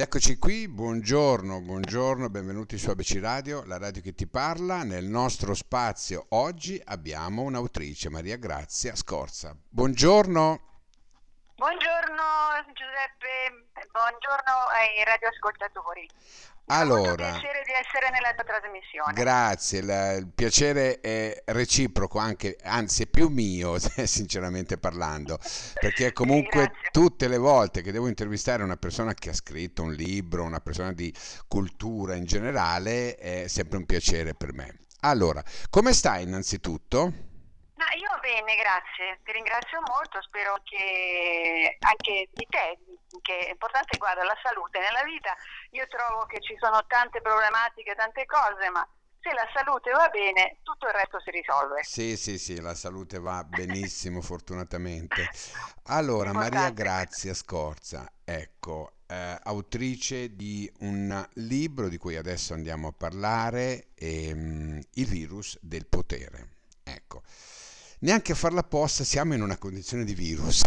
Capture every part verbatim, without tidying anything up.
Eccoci qui, buongiorno, buongiorno, benvenuti su A B C Radio, la radio che ti parla. Nel nostro spazio oggi abbiamo un'autrice, Maria Grazia Scorza. Buongiorno. Buongiorno Giuseppe, buongiorno ai radioascoltatori. Mi fa molto Allora, piacere di essere nella tua trasmissione. grazie, la- il piacere è reciproco, anche, anzi è più mio, sinceramente parlando, perché Ti comunque ringrazio. tutte le volte che devo intervistare una persona che ha scritto un libro, una persona di cultura in generale, è sempre un piacere per me. Allora, come stai innanzitutto? Ma io bene, grazie, ti ringrazio molto, spero che anche di te, che è importante, guarda, la salute nella vita. Io trovo che ci sono tante problematiche, tante cose, ma se la salute va bene, tutto il resto si risolve. Sì, sì, sì, la salute va benissimo, fortunatamente. Allora, Maria Importante questo. Grazia Scorza, ecco, eh, autrice di un libro di cui adesso andiamo a parlare, ehm, Il virus del potere. Ecco, neanche a farla apposta siamo in una condizione di virus,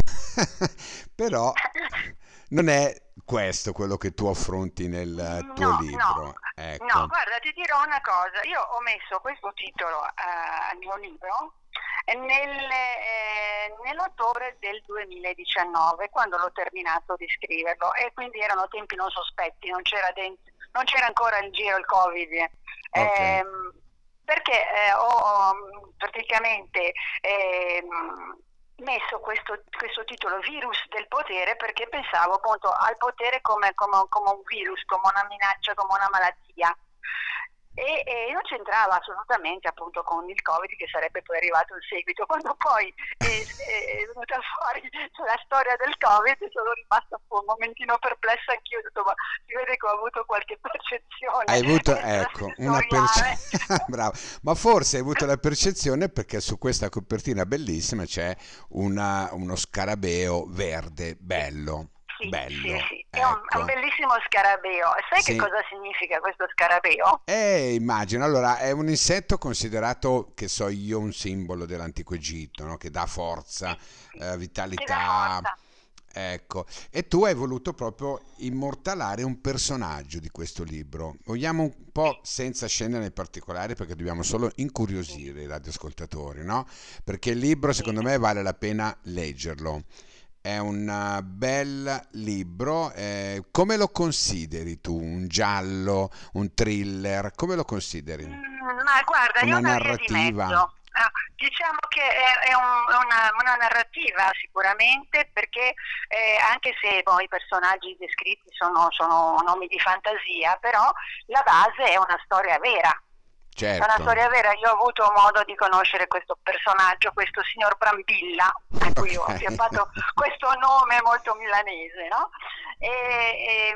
però non è questo quello che tu affronti nel eh, tuo No, no, libro. no, Ecco, guarda, ti dirò una cosa, io ho messo questo titolo eh, al mio libro eh, nel, eh, nell'ottobre del duemiladiciannove, quando l'ho terminato di scriverlo, e quindi erano tempi non sospetti, non c'era, dent- non c'era ancora il giro, il Covid, ok. ehm, perché eh, ho mm, praticamente ehm, messo questo, questo titolo Virus del potere perché pensavo appunto al potere come, come- come un virus, come una minaccia, come una malattia. E, e non c'entrava assolutamente appunto con il Covid che sarebbe poi arrivato in seguito. Quando poi è, è venuta fuori la storia del Covid sono rimasta un po' un momentino perplessa anch'io, ho detto, ma si vede che ho avuto qualche percezione Hai avuto, ecco, una extrasensoriale. percezione, bravo, ma forse hai avuto la percezione perché su questa copertina bellissima c'è una- uno scarabeo verde, Sì, bello, sì, sì, bello, sì. È un, è un ecco, bellissimo scarabeo. E sai che sì. cosa significa questo scarabeo? E immagino, allora, è un insetto considerato, che so io, un simbolo dell'antico Egitto, no? Che dà forza, Sì, sì. eh, Che dà vitalità, forza. ecco. E tu hai voluto proprio immortalare un personaggio di questo libro. Vogliamo un po', Sì, senza scendere nei particolari, perché dobbiamo solo sì, incuriosire i radioascoltatori, no? Perché il libro, sì. secondo me, vale la pena leggerlo. È un eh, bel libro. Eh, come lo consideri tu? Un giallo, un thriller? Come lo consideri? Mm, ma guarda, è Una una via di narrativa? mezzo. Ah, diciamo che è, è un- è una, una narrativa sicuramente, perché eh, anche se boh, i personaggi descritti sono, sono nomi di fantasia, però la base è una storia vera. È una Certo. storia vera, io ho avuto modo di conoscere questo personaggio, questo signor Brambilla, a cui ho Ok. affiancato questo nome molto milanese, no? E, e,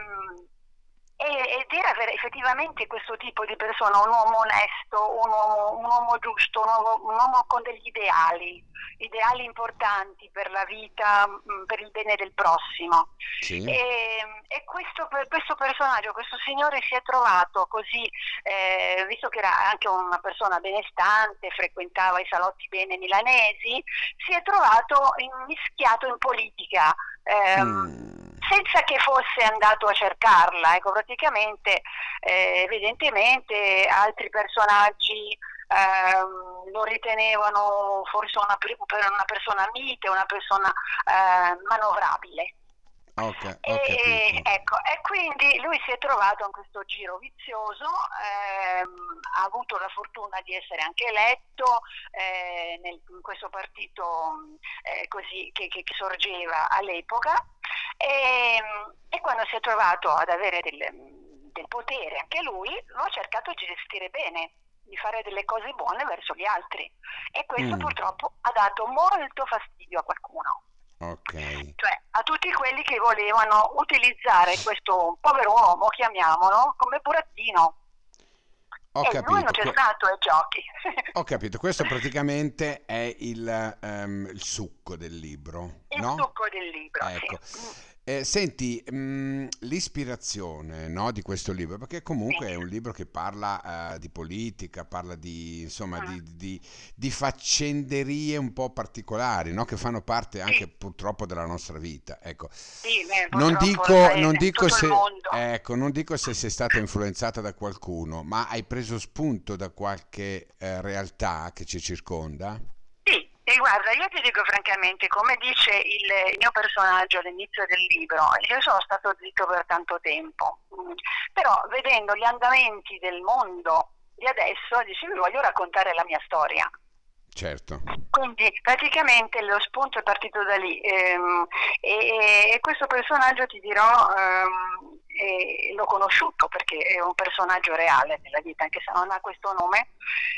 e- ed era ver- effettivamente questo tipo di persona, un uomo onesto, un uomo, un uomo giusto, un uomo, un uomo con degli ideali, ideali importanti per la vita, mh, per il bene del prossimo. Sì. E, e questo, questo personaggio, questo signore si è trovato così, eh, visto che era anche una persona benestante, frequentava i salotti bene milanesi, si è trovato mischiato in politica. Ehm, Mm. senza che fosse andato a cercarla, ecco, praticamente, eh, evidentemente altri personaggi ehm, lo ritenevano forse una, per una persona mite, una persona eh, manovrabile. Ho, ca- E, ho e, capito. ecco, e quindi lui si è trovato in questo giro vizioso, ehm, ha avuto la fortuna di essere anche eletto eh, nel- in questo partito eh, così, che, che- che sorgeva all'epoca, e, e quando si è trovato ad avere del, del potere anche lui, lo ha cercato di gestire bene, di fare delle cose buone verso gli altri, e questo Mm. purtroppo ha dato molto fastidio a qualcuno, Ok. cioè a tutti quelli che volevano utilizzare questo povero uomo, chiamiamolo, come burattino. Ho E lui non capito. c'è Que- stato ai giochi. Ho capito, questo praticamente è il, ehm, il succo del libro, Il no? succo del libro, Ecco, sì. Mm. Eh, senti, mh, l'ispirazione, no, di questo libro, perché Sì. comunque è un libro che parla eh, di politica, parla di, insomma, Mm. di, di- di faccenderie un po' particolari, no, che fanno parte anche Sì, purtroppo della nostra vita. Ecco, sì, beh, non purtroppo lo dico, sai, non in dico tutto il se, mondo. ecco, non dico se sei stata influenzata da qualcuno, ma hai preso spunto da qualche eh, realtà che ci circonda? Sì, e guarda, io ti dico francamente, come dice il, il mio personaggio all'inizio del libro, io sono stato zitto per tanto tempo, mm, però vedendo gli andamenti del mondo di adesso, dici, vi voglio raccontare la mia storia. Certo. Quindi praticamente lo spunto è partito da lì ehm, e, e questo personaggio ti dirò, ehm, eh, l'ho conosciuto perché è un personaggio reale nella vita, anche se non ha questo nome,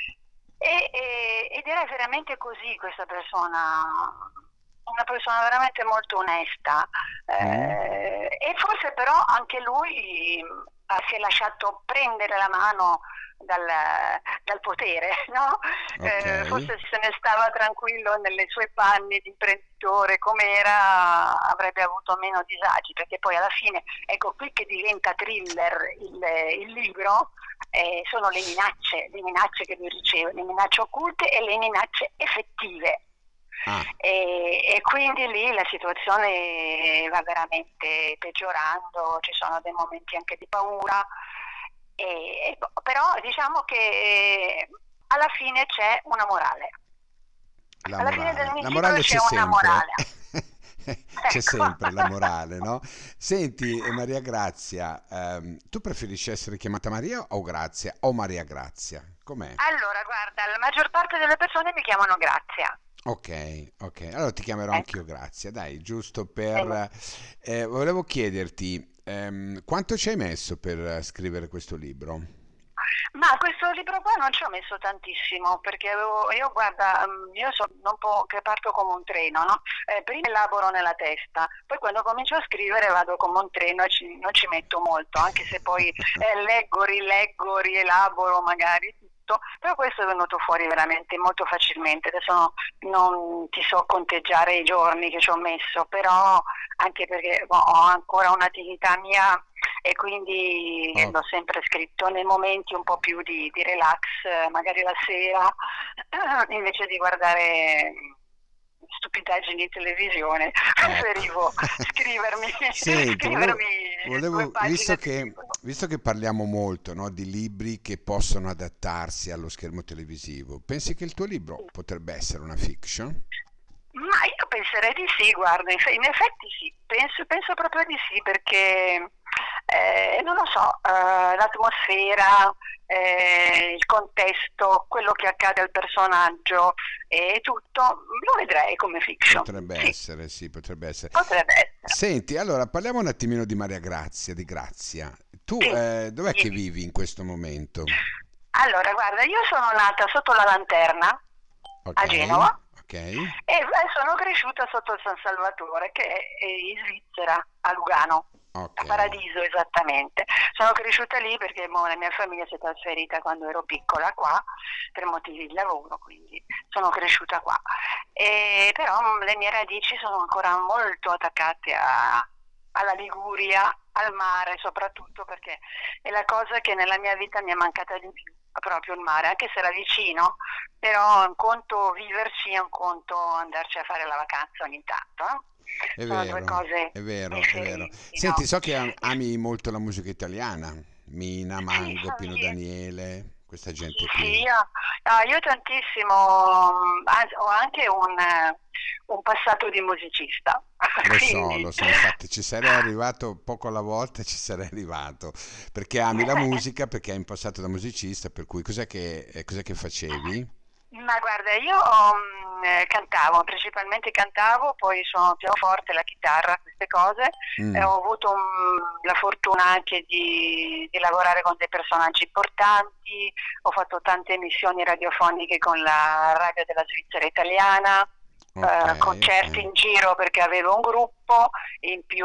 e, e- ed era veramente così questa persona, una persona veramente molto onesta, Mm? eh, e forse però anche lui eh, si è lasciato prendere la mano dal, dal potere, no? Ok. Eh, forse se ne stava tranquillo nelle sue panni di imprenditore, come era, avrebbe avuto meno disagi, perché poi alla fine, ecco qui che diventa thriller il, il libro, eh, sono le minacce, le minacce che lui riceve, le minacce occulte e le minacce effettive. Ah. E, e quindi lì la situazione va veramente peggiorando, ci sono dei momenti anche di paura, e, e- però diciamo che eh, alla fine c'è una morale. La Alla fine del morale. La libro morale c'è c'è una sempre. morale. C'è Ecco. sempre la morale, no? Senti, eh, Maria Grazia, ehm, tu preferisci essere chiamata Maria o Grazia o Maria Grazia? Com'è? Allora, guarda, la maggior parte delle persone mi chiamano Grazia. Ok, ok. Allora ti chiamerò Ecco. anch'io Grazia, dai, giusto Eh, per... eh, volevo chiederti, ehm, quanto ci hai messo per eh, scrivere questo libro? Ma questo libro qua non ci ho messo tantissimo perché avevo, io guarda, mm, io so un po' che parto come un treno, no? Eh, prima elaboro nella testa, poi quando comincio a scrivere vado come un treno e ci- non ci metto molto, anche se poi eh, leggo, rileggo, rielaboro magari tutto, però questo è venuto fuori veramente molto facilmente. Adesso no- non ti so conteggiare i giorni che ci ho messo, però anche perché boh, ho ancora un'attività mia e quindi Oh, l'ho sempre scritto nei momenti un po' più di, di relax, eh, magari la sera, invece di guardare stupidaggini in televisione, ecco. preferivo scrivermi, Senti, volevo, scrivermi due volevo- visto pagine di che, libro. visto che parliamo molto, no, di libri che possono adattarsi allo schermo televisivo, pensi che il tuo libro potrebbe essere una fiction? Ma io penserei di sì, guarda, in fe- in effetti sì, penso, penso proprio di sì, perché eh, non lo so, eh, l'atmosfera, eh, il contesto, quello che accade al personaggio e tutto, lo vedrei come fiction. Potrebbe Sì, essere, sì, potrebbe essere. potrebbe essere. Senti, allora parliamo un attimino di Maria Grazia, di Grazia. Tu Sì, eh, dov'è che dimmi. vivi in questo momto? Allora, guarda, io sono nata sotto la Lanterna Ok, a Genova ok, e eh, sono cresciuta sotto il San Salvatore, che è in Svizzera, a Lugano, ok. a Paradiso esattamente. Sono cresciuta lì perché mo, la mia famiglia si è trasferita quando ero piccola qua per motivi di lavoro, quindi sono cresciuta qua. E, però mh, le mie radici sono ancora molto attaccate a- alla Liguria, al mare soprattutto perché è la cosa che nella mia vita mi è mancata di più, proprio il mare, anche se era vicino, però un conto viverci è un conto andarci a fare la vacanza ogni tanto. Eh? È Sono due vero, cose è vero, è vero. differenti, Senti, no? so che am- ami molto la musica italiana, Mina, Sì, Mango, Pino sì, Daniele, questa sì, gente sì, qui. io, ah, io tantissimo, mm, anzi, ho anche un, eh, un passato di musicista, Lo so, quindi lo so, infatti ci sarei arrivato poco alla volta, ci sarei arrivato, perché ami la musica, perché hai in passato da musicista, per cui cos'è che, eh, cos'è che facevi? Ma guarda, io mm, eh, cantavo, principalmente cantavo, poi suono il pianoforte, la chitarra, queste cose. E Mm, ho avuto mm, la fortuna anche di, di lavorare con dei personaggi importanti, ho fatto tante emissioni radiofoniche con la radio della Svizzera italiana, ok, eh, ok. concerti in giro perché avevo un gruppo, in più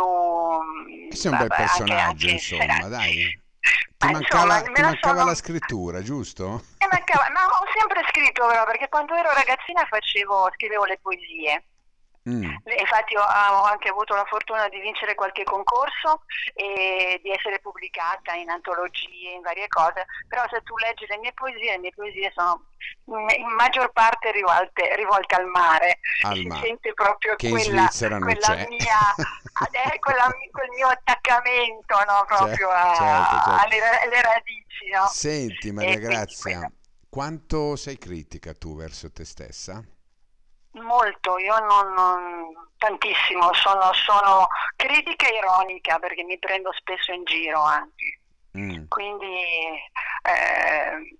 E mm, sei un bel vabbè, anche, personaggio, anche insomma, dai. Ti ma insomma mancava, me ti la mancava la sono. scrittura, giusto? E mancava, ma ho sempre scritto però, perché quando ero ragazzina facevo, scrivevo le poesie. Mm, E infatti ho, ho anche avuto la fortuna di vincere qualche concorso e di essere pubblicata in antologie, in varie cose, però se tu leggi le mie poesie, le mie poesie sono in in maggior parte rivolte, rivolte al mare e al si mare, sente proprio che in quella, Svizzera non quella c'è. mia, eh, quella- quel mio attaccamento, no, Cer- proprio certo, a- certo. alle, ra- alle radici, no? Senti, Maria E quindi Grazia, quello. quanto sei critica tu verso te stessa? Molto, io non, non- tantissimo, sono, sono critica e ironica perché mi prendo spesso in giro anche, Mm, quindi eh,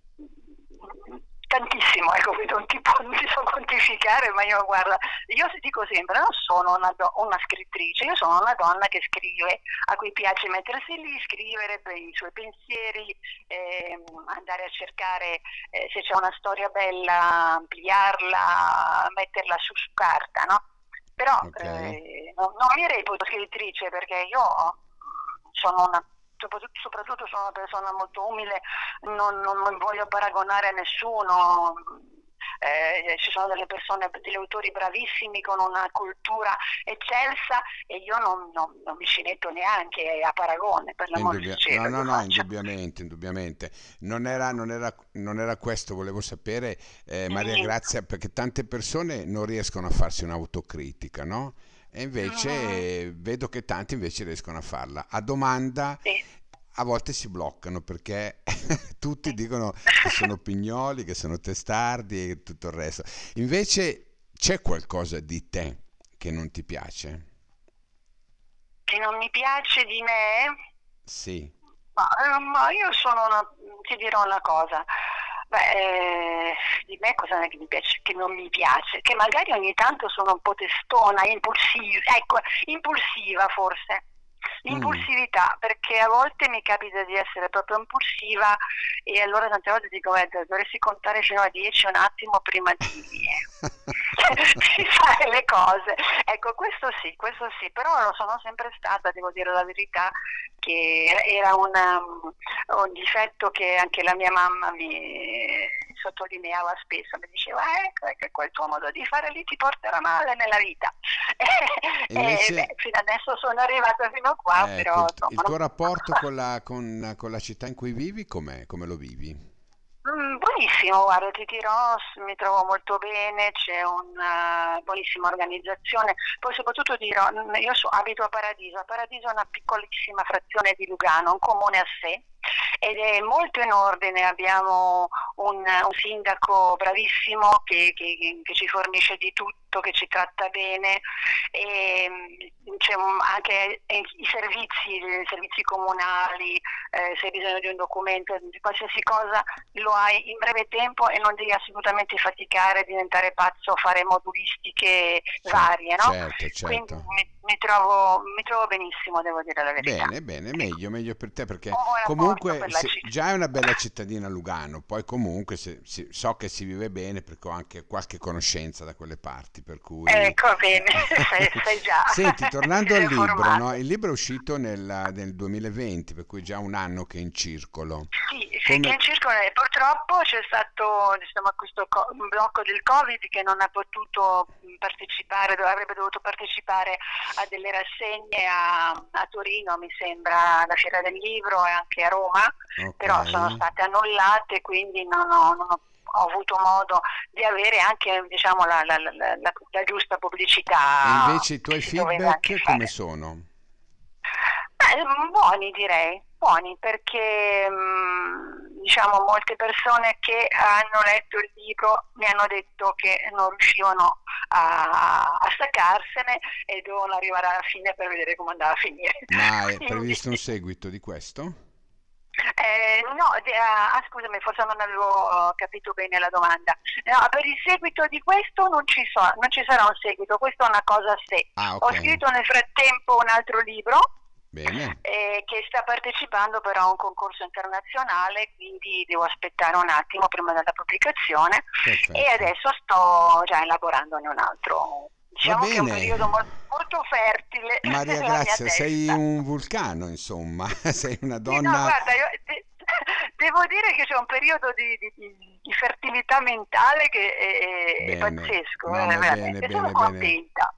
tantissimo, ecco, quindi non ti, po- non ti so quantificare, ma io guarda, io dico sempre, non sono una, do- una scrittrice, io sono una donna che scrive, a cui piace mettersi lì, scrivere per i suoi pensieri, ehm, andare a cercare eh, se c'è una storia bella, ampliarla, metterla su, su carta, no? Però ok. eh, non, non mi reputo scrittrice perché io sono una, soprattutto, soprattutto sono una persona molto umile, non, non mi voglio paragonare a nessuno. Eh, ci sono delle persone, degli autori bravissimi con una cultura eccelsa e io non, non, non mi ci metto neanche a paragone, per l'amor del Indubbia- no, cielo, no, io no, faccio. indubbiamente, indubbiamente. Non era, non era, non era questo, volevo sapere, eh, Maria Mm, Grazia, perché tante persone non riescono a farsi un'autocritica, no? E invece mm, eh, vedo che tanti invece riescono a farla. A domanda sì. a volte si bloccano perché tutti dicono che sono pignoli, che sono testardi e tutto il resto. Invece c'è qualcosa di te che non ti piace? Che non mi piace di me? Sì. Ma, eh, ma io sono una, ti dirò una cosa. Beh, eh, di me cosa è che mi piace, che non mi piace? Che magari ogni tanto sono un po' testona, impulsiva, ecco, impulsiva forse. Mm. L'impulsività, perché a volte mi capita di essere proprio impulsiva e allora tante volte dico, guarda, dovresti contare fino a dieci un attimo prima di, di fare le cose. Ecco, questo sì, questo sì, però lo sono sempre stata, devo dire la verità, che era una, un difetto che anche la mia mamma mi sottolineava spesso, mi diceva ecco che quel tuo modo di fare lì ti porterà male nella vita. E E invece, beh, fino adesso sono arrivata fino a qua, ecco, però il, il insomma tuo non. rapporto con la, con, con la città in cui vivi, com'è? Come lo vivi? Mm, buonissimo, guarda, ti dirò, s- mi trovo molto bene, c'è una buonissima organizzazione, poi soprattutto dirò, mm, io so- abito a Paradiso, a Paradiso è una piccolissima frazione di Lugano, un comune a sé, ed è molto in ordine, abbiamo un, un sindaco bravissimo che, che- che ci fornisce di tutto, che ci tratta bene, e mm, c'è un- anche eh, i servizi, i servizi comunali, eh, se hai bisogno di un documento, di qualsiasi cosa lo hai in breve tempo e non devi assolutamente faticare, diventare pazzo, fare modulistiche Cer- varie, no? certo, Quindi certo. mi, mi trovo, mi trovo benissimo, devo dire la verità. Bene, bene, Ecco, meglio, meglio per te perché un buon rapporto comunque per la se- città. già è una bella cittadina Lugano, poi comunque se- si- so che si vive bene perché ho anche qualche conoscenza da quelle parti, per cui... Ecco, bene, sai, sai già, Senti, ti tornando al sei libro, no? informato. Il libro è uscito nel, nel duemilaventi, per cui già un anno che è in circolo. Sì, sì, che Come... in circolo e purtroppo c'è stato diciamo, questo co- un blocco del Covid che non ha potuto mh, partecipare, dove avrebbe dovuto partecipare a delle rassegne a, a Torino, mi sembra, alla Fiera del Libro e anche a Roma, Ok. però sono state annullate, quindi non ho, non ho- ho avuto modo di avere anche diciamo, la, la- la- la- la giusta E pubblicità invece i che tuoi si doveva anche feedback come fare. sono? Eh, buoni direi, buoni perché mh, diciamo molte persone che hanno letto il libro mi hanno detto che non riuscivano a, a staccarsene e dovevano arrivare alla fine per vedere come andava a finire. Ma è Quindi, previsto un seguito di questo? eh, no, de- ah, scusami, forse non avevo eh, capito bene la domanda. No, per il seguito di questo non ci, so- non ci sarà un seguito, questa è una cosa a sé. Ah, Ho ok. scritto nel frattempo un altro libro Bene, eh, che sta partecipando però a un concorso internazionale, quindi devo aspettare un attimo prima della pubblicazione e perfetto. adesso sto già elaborandone un altro. Va Diciamo che è un bene. periodo mol- molto fertile Maria nella mia Grazia, sei testa. un vulcano, insomma, sei una Sì, no, donna... guarda, io de- devo dire che c'è un periodo di, di- di- di fertilità mentale che è, è Bene, pazzesco, no, eh, ma è bene, veramente. Sono bene, bene. contenta.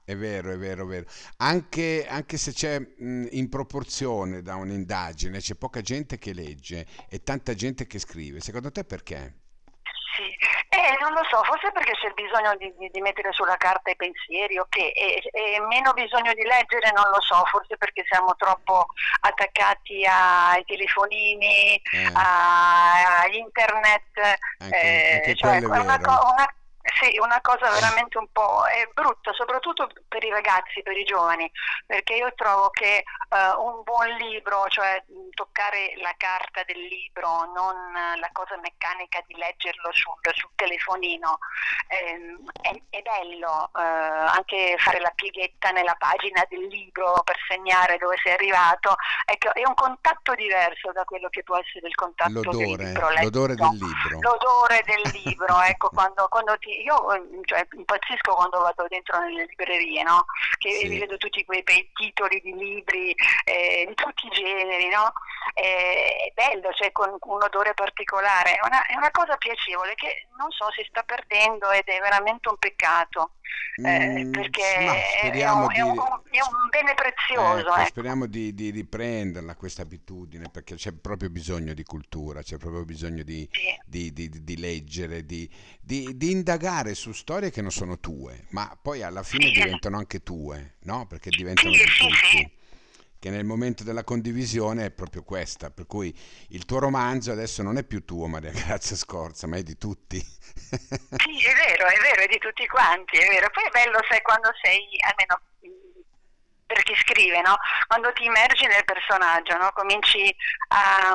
È vero, è vero, è vero. Anche, anche se c'è mh, in proporzione da un'indagine, c'è poca gente che legge e tanta gente che scrive. Secondo te perché? Sì, eh, non lo so, forse perché c'è il bisogno di, di- di mettere sulla carta i pensieri, ok, e, e meno bisogno di leggere, non lo so, forse perché siamo troppo attaccati ai telefonini, Eh, a, a internet, anche, eh, anche cioè quello è è una, vero. co- una- sì, una cosa veramente un po' è brutta, soprattutto per i ragazzi, per i giovani, perché io trovo che eh, un buon libro, cioè mh, toccare la carta del libro, non eh, la cosa meccanica di leggerlo sul, sul telefonino, ehm, è, è bello eh, anche fare la pieghetta nella pagina del libro per segnare dove sei arrivato. Ecco, è un contatto diverso da quello che può essere il contatto del libro L'odore, l'odore del letto, libro. l'odore del libro, ecco, quando, quando ti, io eh, cioè, impazzisco quando vado dentro nelle librerie, no? Che Sì. vedo tutti quei bei titoli di libri eh, di tutti i generi, no? Eh, è bello, cioè con un odore particolare, è una, è una cosa piacevole che non so, si sta perdendo ed è veramente un peccato, eh, Mm, perché s- ma è, è speriamo un, è un- di, è un bene prezioso, ecco, ecco. speriamo di, di riprenderla questa abitudine perché c'è proprio bisogno di cultura, c'è proprio bisogno di, Sì, di- di- di leggere, di, di- di indagare su storie che non sono tue, ma poi alla fine sì, diventano anche tue, no? Perché sì, diventano di sì, sì. tutti. Che nel momento della condivisione è proprio questa, per cui il tuo romanzo adesso non è più tuo, Maria Grazia Scorza, ma è di tutti. Sì, è vero, è vero, è di tutti quanti, è vero. Poi è bello sai quando sei, almeno mh, per chi scrive, no? Quando ti immergi nel personaggio, no? Cominci a,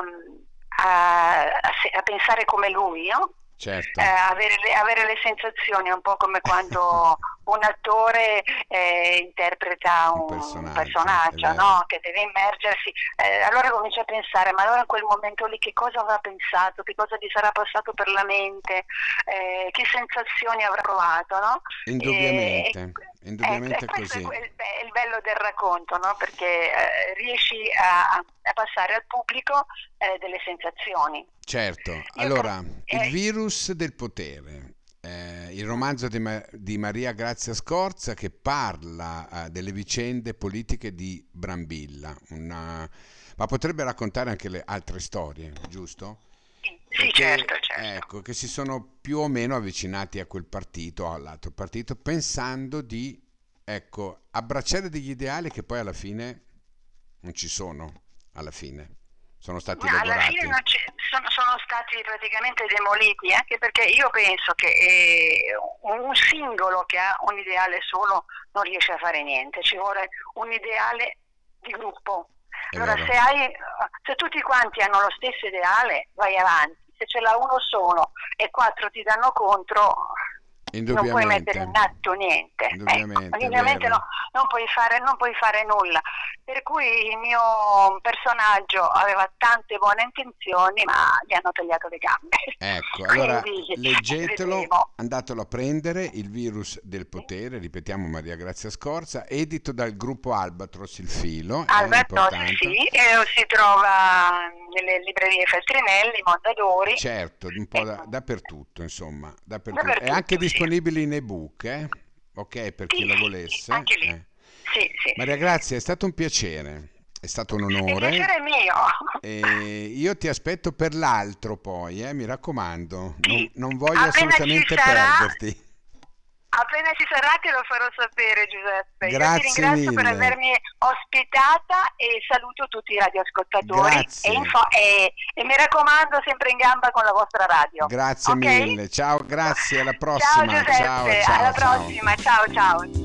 a- a se- a pensare come lui, no? Eh, Certo, avere, le, avere le sensazioni, un po' come quando un attore eh, interpreta un un personaggio, è personaggio, vero. no? Che deve immergersi, eh, allora comincia a pensare, ma allora in quel momento lì che cosa avrà pensato, che cosa gli sarà passato per la mente, eh, che sensazioni avrà provato, no? E, Indubbiamente, e, e indubbiamente è questo è, così. que- è il bello del racconto, no? Perché eh, riesci a, a passare al pubblico eh, delle sensazioni. Certo, Io per, allora, il eh, virus del potere, eh, il romanzo di, Ma- di Maria Grazia Scorza che parla eh, delle vicende politiche di Brambilla, una- ma potrebbe raccontare anche le altre storie, giusto? sì, E sì, certo, che, certo. ecco, che si sono più o meno avvicinati a quel partito o all'altro partito pensando di, ecco, abbracciare degli ideali che poi alla fine non ci sono, alla fine, sono stati Ma alla fine logorati. non c'è- sono, sono stati praticamente demoliti, anche perché io penso che eh, un un singolo che ha un ideale solo non riesce a fare niente, ci vuole un ideale di gruppo. È Allora vero, se, hai, se tutti quanti hanno lo stesso ideale, vai avanti, se ce l'ha uno solo e quattro ti danno contro, non puoi mettere in indubbiamente, atto niente. Ecco, indubbiamente, è ovviamente no, vero. non puoi fare, non puoi fare nulla. Per cui il mio personaggio aveva tante buone intenzioni, ma gli hanno tagliato le gambe. Ecco, allora Quindi leggetelo, vedremo. andatelo a prendere, Il virus del potere, ripetiamo Maria Grazia Scorza, edito dal gruppo Albatros Il Filo, è Albertosi importante. sì, e lo si trova nelle librerie Feltrinelli, Mondadori, Certo, un po' da- ecco, dappertutto, insomma, dappertutto. È anche dappertutto, sì. disponibile in ebook, eh? Ok, per chi Sì, lo sì, sì, volesse. anche lì. eh. Sì, sì, Maria sì. Grazia, è stato un piacere, è stato un Il onore. piacere è mio. E io ti aspetto per l'altro poi, eh, mi raccomando, non, Sì, non voglio appena ci assolutamente sarà, perderti. appena ci sarà te lo farò sapere, Giuseppe. Io ti Grazie ringrazio per mille, avermi ospitata e saluto tutti i radioascoltatori e, grazie, info- e, e mi raccomando sempre in gamba con la vostra radio. grazie Ok? mille. Ciao, grazie, alla Ciao prossima. Ciao, Giuseppe, ciao, alla ciao. prossima. Ciao ciao.